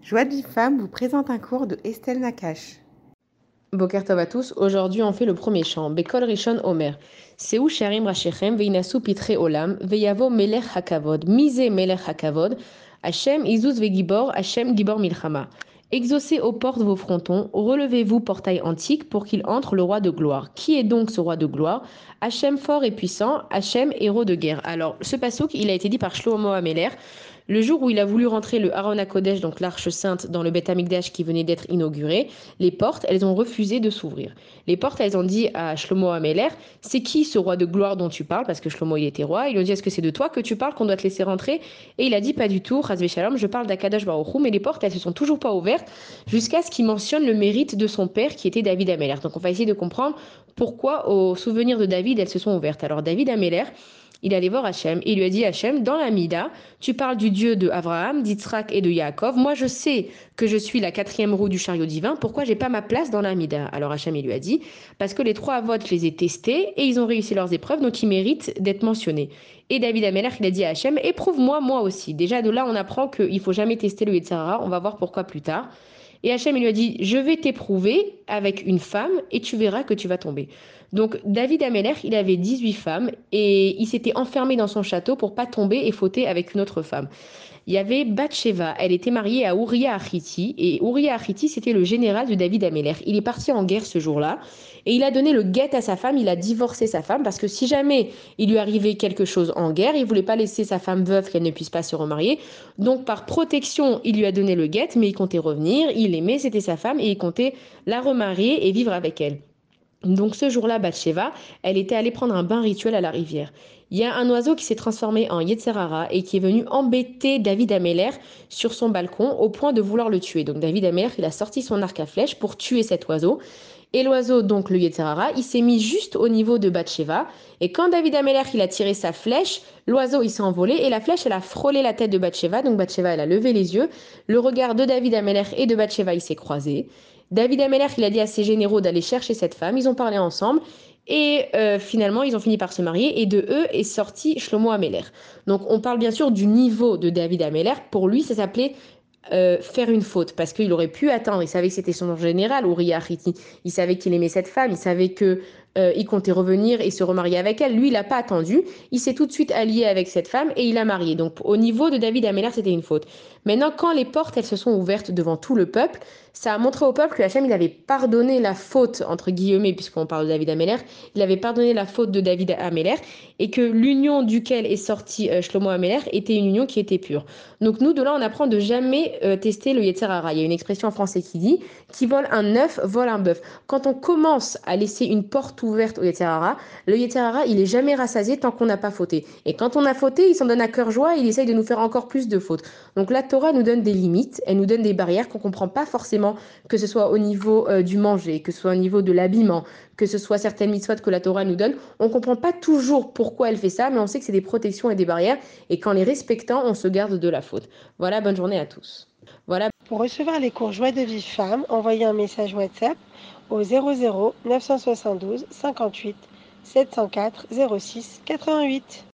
Joie de vie femme vous présente un cours de Estelle Nakache. Boker Tov à tous, aujourd'hui on fait le premier chant, Bekol Rishon Omer. Seu Sharim Rashechem, Veinasu Pitre Olam, Veyavo Melech Hakavod, Mise Melech Hakavod, Hachem Izuz Vegibor, Hachem Gibor Milchama. Exaucez aux portes vos frontons, relevez-vous portail antique pour qu'il entre le roi de gloire. Qui est donc ce roi de gloire? Hachem fort et puissant, Hachem héros de guerre. Alors ce passouk, il a été dit par Shlomo Améler. Le jour où il a voulu rentrer le Aron HaKodesh, donc l'arche sainte, dans le Beth Amikdash qui venait d'être inauguré, les portes, elles ont refusé de s'ouvrir. Les portes, elles ont dit à Shlomo Améler, c'est qui ce roi de gloire dont tu parles? Parce que Shlomo, il était roi. Ils lui ont dit, est-ce que c'est de toi que tu parles, qu'on doit te laisser rentrer? Et il a dit, pas du tout, Chas Shalom, je parle d'Akadosh Baruch Hu, mais les portes, elles se sont toujours pas ouvertes jusqu'à ce qu'il mentionne le mérite de son père qui était David Améler. Donc on va essayer de comprendre pourquoi, au souvenir de David, elles se sont ouvertes. Alors David Améler, il allait voir Hachem et il lui a dit, Hachem, dans la Mida, tu parles du Dieu de Abraham, d'Yitzhak et de Yaakov. Moi, je sais que je suis la quatrième roue du chariot divin. Pourquoi j'ai pas ma place dans la Mida? Alors Hachem, il lui a dit, parce que les trois avots, je les ai testés et ils ont réussi leurs épreuves, donc ils méritent d'être mentionnés. Et David Améler, il a dit à Hachem, éprouve-moi moi aussi. Déjà de là, on apprend qu'il faut jamais tester le Yetzirah. On va voir pourquoi plus tard. Et Hachem, il lui a dit, je vais t'éprouver avec une femme et tu verras que tu vas tomber. Donc David Améler, il avait 18 femmes et il s'était enfermé dans son château pour pas tomber et fauter avec une autre femme. Il y avait Bathsheba, elle était mariée à Uriah Achiti, et Uriah Achiti, c'était le général de David Améler. Il est parti en guerre ce jour-là, et il a donné le guet à sa femme, il a divorcé sa femme, parce que si jamais il lui arrivait quelque chose en guerre, il voulait pas laisser sa femme veuve, qu'elle ne puisse pas se remarier. Donc par protection, il lui a donné le guet, mais il comptait revenir, il aimait, c'était sa femme, et il comptait la remarier et vivre avec elle. Donc ce jour-là, Bathsheba, elle était allée prendre un bain rituel à la rivière. Il y a un oiseau qui s'est transformé en Yetzerara et qui est venu embêter David Améler sur son balcon au point de vouloir le tuer. Donc David Améler, il a sorti son arc à flèche pour tuer cet oiseau. Et l'oiseau, donc le Yetzerara, il s'est mis juste au niveau de Bathsheba. Et quand David Améler, il a tiré sa flèche, l'oiseau, il s'est envolé et la flèche, elle a frôlé la tête de Bathsheba. Donc Bathsheba, elle a levé les yeux. Le regard de David Améler et de Bathsheba, il s'est croisé. David Améler, il a dit à ses généraux d'aller chercher cette femme. Ils ont parlé ensemble. Et finalement, ils ont fini par se marier. Et de eux est sorti Shlomo Améler. Donc, on parle bien sûr du niveau de David Améler. Pour lui, ça s'appelait faire une faute. Parce qu'il aurait pu attendre. Il savait que c'était son général, Uriah Achiti. Il savait qu'il aimait cette femme. Il savait que il comptait revenir et se remarier avec elle. Lui, il n'a pas attendu. Il s'est tout de suite allié avec cette femme et il a marié. Donc, au niveau de David Améler, c'était une faute. Maintenant, quand les portes, elles se sont ouvertes devant tout le peuple, ça a montré au peuple que Hachem, il avait pardonné la faute, entre guillemets, puisqu'on parle de David Améler, il avait pardonné la faute de David Améler et que l'union duquel est sorti Shlomo Améler était une union qui était pure. Donc nous, de là, on apprend de jamais tester le Yetzirah. Il y a une expression en français qui dit « qui vole un œuf, vole un bœuf ». Quand on commence à laisser une porte ouverte au Yetzirah, le Yetzirah, il est jamais rassasié tant qu'on n'a pas fauté. Et quand on a fauté, il s'en donne à cœur joie et il essaye de nous faire encore plus de fautes. Donc la Torah nous donne des limites, elle nous donne des barrières qu'on comprend pas forcément, que ce soit au niveau du manger, que ce soit au niveau de l'habillement, que ce soit certaines mitzvot que la Torah nous donne. On comprend pas toujours pourquoi elle fait ça, mais on sait que c'est des protections et des barrières, et qu'en les respectant, on se garde de la faute. Voilà, bonne journée à tous. Voilà. Pour recevoir les cours Joie de vie femme, envoyez un message WhatsApp au 00 972 58 704 06 88.